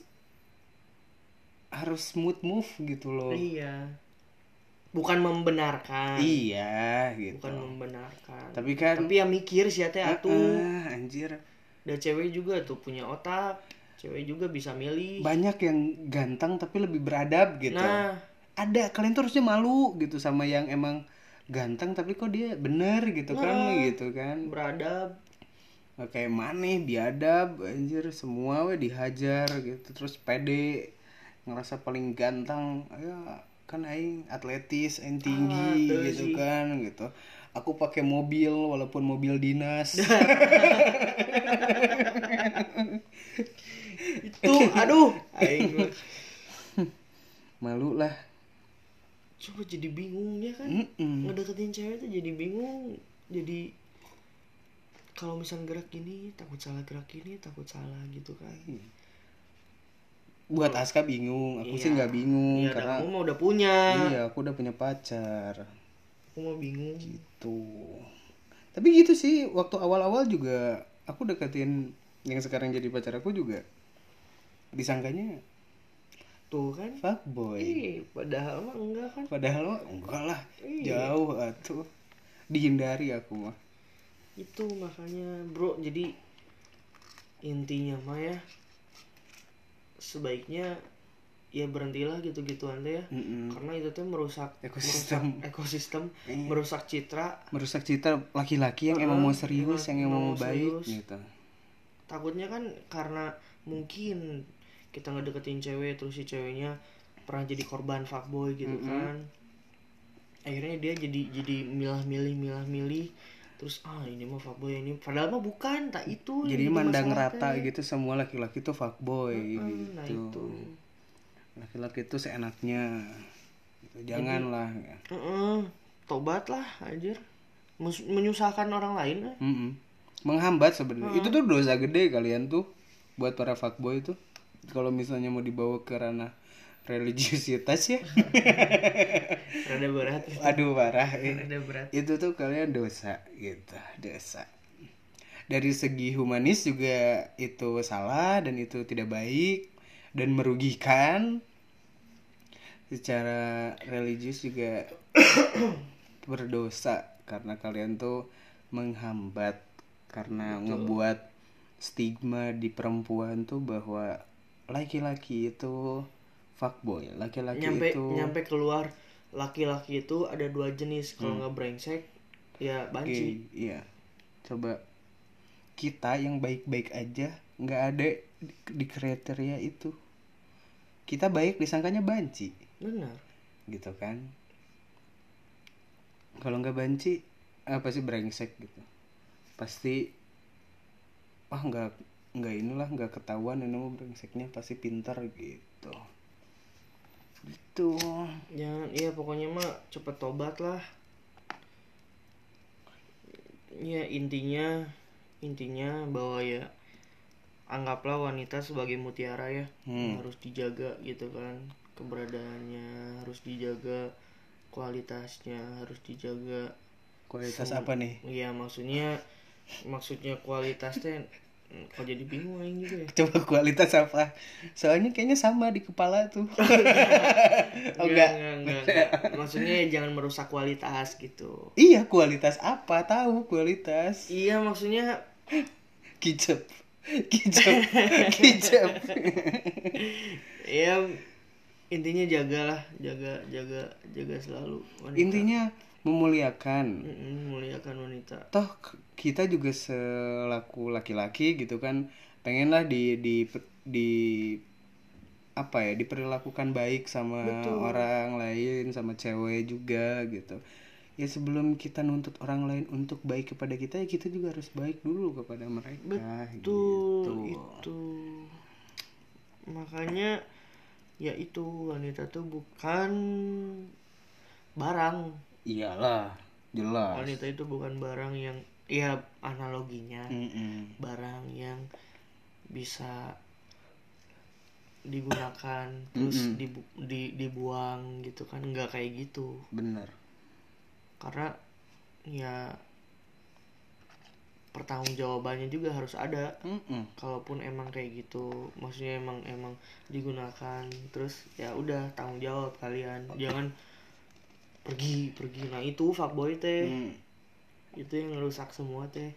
smooth move gitu loh. Iya, bukan membenarkan. Iya gitu. Bukan membenarkan. Tapi ya mikir sih teh atuh. Anjir. Dan cewek juga tuh punya otak. Cewek juga bisa milih. Banyak yang ganteng tapi lebih beradab gitu. Nah, ada, kalian tuh harusnya malu gitu sama yang emang ganteng tapi kok dia bener gitu kan, gitu kan. Beradab. Kayak maneh biadab, anjir, semua dihajar gitu, terus pede ngerasa paling ganteng. Ya kan aing atletis, aing tinggi gitu sih. Kan gitu. Aku pakai mobil walaupun mobil dinas. Itu aduh, aing malu lah. Coba jadi bingung ya kan. Ngedeketin cewek tuh jadi bingung. Jadi kalau misalnya gerak gini takut salah, gerak gini takut salah gitu kan. Buat Aska bingung, aku sih nggak bingung, iya, karena aku mah udah punya. Iya, aku udah punya pacar. Aku mah bingung gitu. Tapi gitu sih, waktu awal-awal juga aku deketin yang sekarang jadi pacar aku juga disangkanya tuh kan fuckboy. Padahal mah enggak kan. Padahal mah enggak lah. Jauh atuh. Dihindari aku mah. Itu makanya bro, jadi intinya mah ya sebaiknya ya berhentilah gitu-gituan deh ya. Karena itu tuh merusak ekosistem, merusak citra laki-laki yang emang mau serius, yang emang mau baik gitu. Takutnya kan karena mungkin kita ngedeketin cewek terus si ceweknya pernah jadi korban fuckboy gitu kan. Akhirnya dia jadi milah-milih terus ini mah fuckboy, ini padahal mah bukan, tak itu. Jadi mandang rata gitu semua laki-laki tuh fuckboy gitu. Nah itu. Laki-laki itu seenaknya gitu. Janganlah. Tobatlah anjir. Menyusahkan orang lain. Menghambat sebenarnya. Itu tuh dosa gede kalian tuh buat para fuckboy tuh. Kalau misalnya mau dibawa ke ranah religiusitas ya. Rada berat. Aduh parah. Rada berat. Itu tuh kalian dosa gitu, dosa. Dari segi humanis juga itu salah dan itu tidak baik dan merugikan. secara religius juga berdosa karena kalian tuh menghambat, karena ngebuat stigma di perempuan tuh bahwa laki-laki itu fuckboy, laki-laki itu nyampe keluar laki-laki itu ada 2 jenis, kalau nggak brengsek ya banci. Iya, coba kita yang baik-baik aja nggak ada di kriteria itu. Kita baik disangkanya banci, Benar. gitu kan? Kalau nggak banci apa sih brengsek gitu, pasti nggak inilah, nggak ketahuan ini mau brengseknya, pasti pintar gitu. Jangan, iya pokoknya mah cepet tobat lah. Ya intinya bahwa ya anggaplah wanita sebagai mutiara ya, harus dijaga gitu kan, keberadaannya harus dijaga, kualitasnya harus dijaga. Kualitas apa nih? Iya maksudnya kualitas teh kok jadi bingung aing juga ya. Coba kualitas apa? Soalnya kayaknya sama di kepala tuh. Enggak. Maksudnya jangan merusak kualitas gitu. Iya, kualitas apa? Tahu kualitas. Iya maksudnya Kicep. ya intinya jagalah, jaga selalu wanita. Intinya memuliakan. Memuliakan wanita. Toh kita juga selaku laki-laki gitu kan, pengenlah di apa ya, diperlakukan baik sama orang lain, sama cewek juga gitu. Ya sebelum kita nuntut orang lain untuk baik kepada kita, ya kita juga harus baik dulu kepada mereka. Betul, itu. Makanya ya itu, wanita tuh bukan barang. Iyalah, jelas. Wanita itu bukan barang yang, ya analoginya barang yang bisa digunakan terus dibuang gitu kan, nggak kayak gitu. Bener. Karena ya pertanggungjawabannya juga harus ada. Kalaupun emang kayak gitu, maksudnya emang digunakan, terus ya udah tanggung jawab kalian, jangan pergi. Nah itu fuckboy teh, itu yang ngerusak semua teh.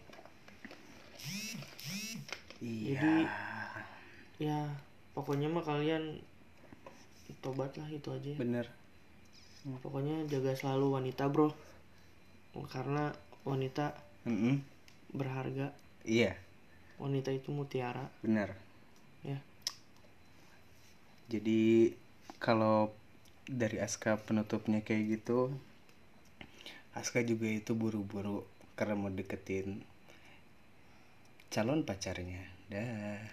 Iya. Jadi ya pokoknya mah kalian tobat lah, itu aja. Bener. Pokoknya jaga selalu wanita bro, karena wanita berharga. Iya. Wanita itu mutiara. Bener. Ya. Jadi kalau dari Aska penutupnya kayak gitu, Aska juga itu buru-buru karena mau deketin calon pacarnya. Dah.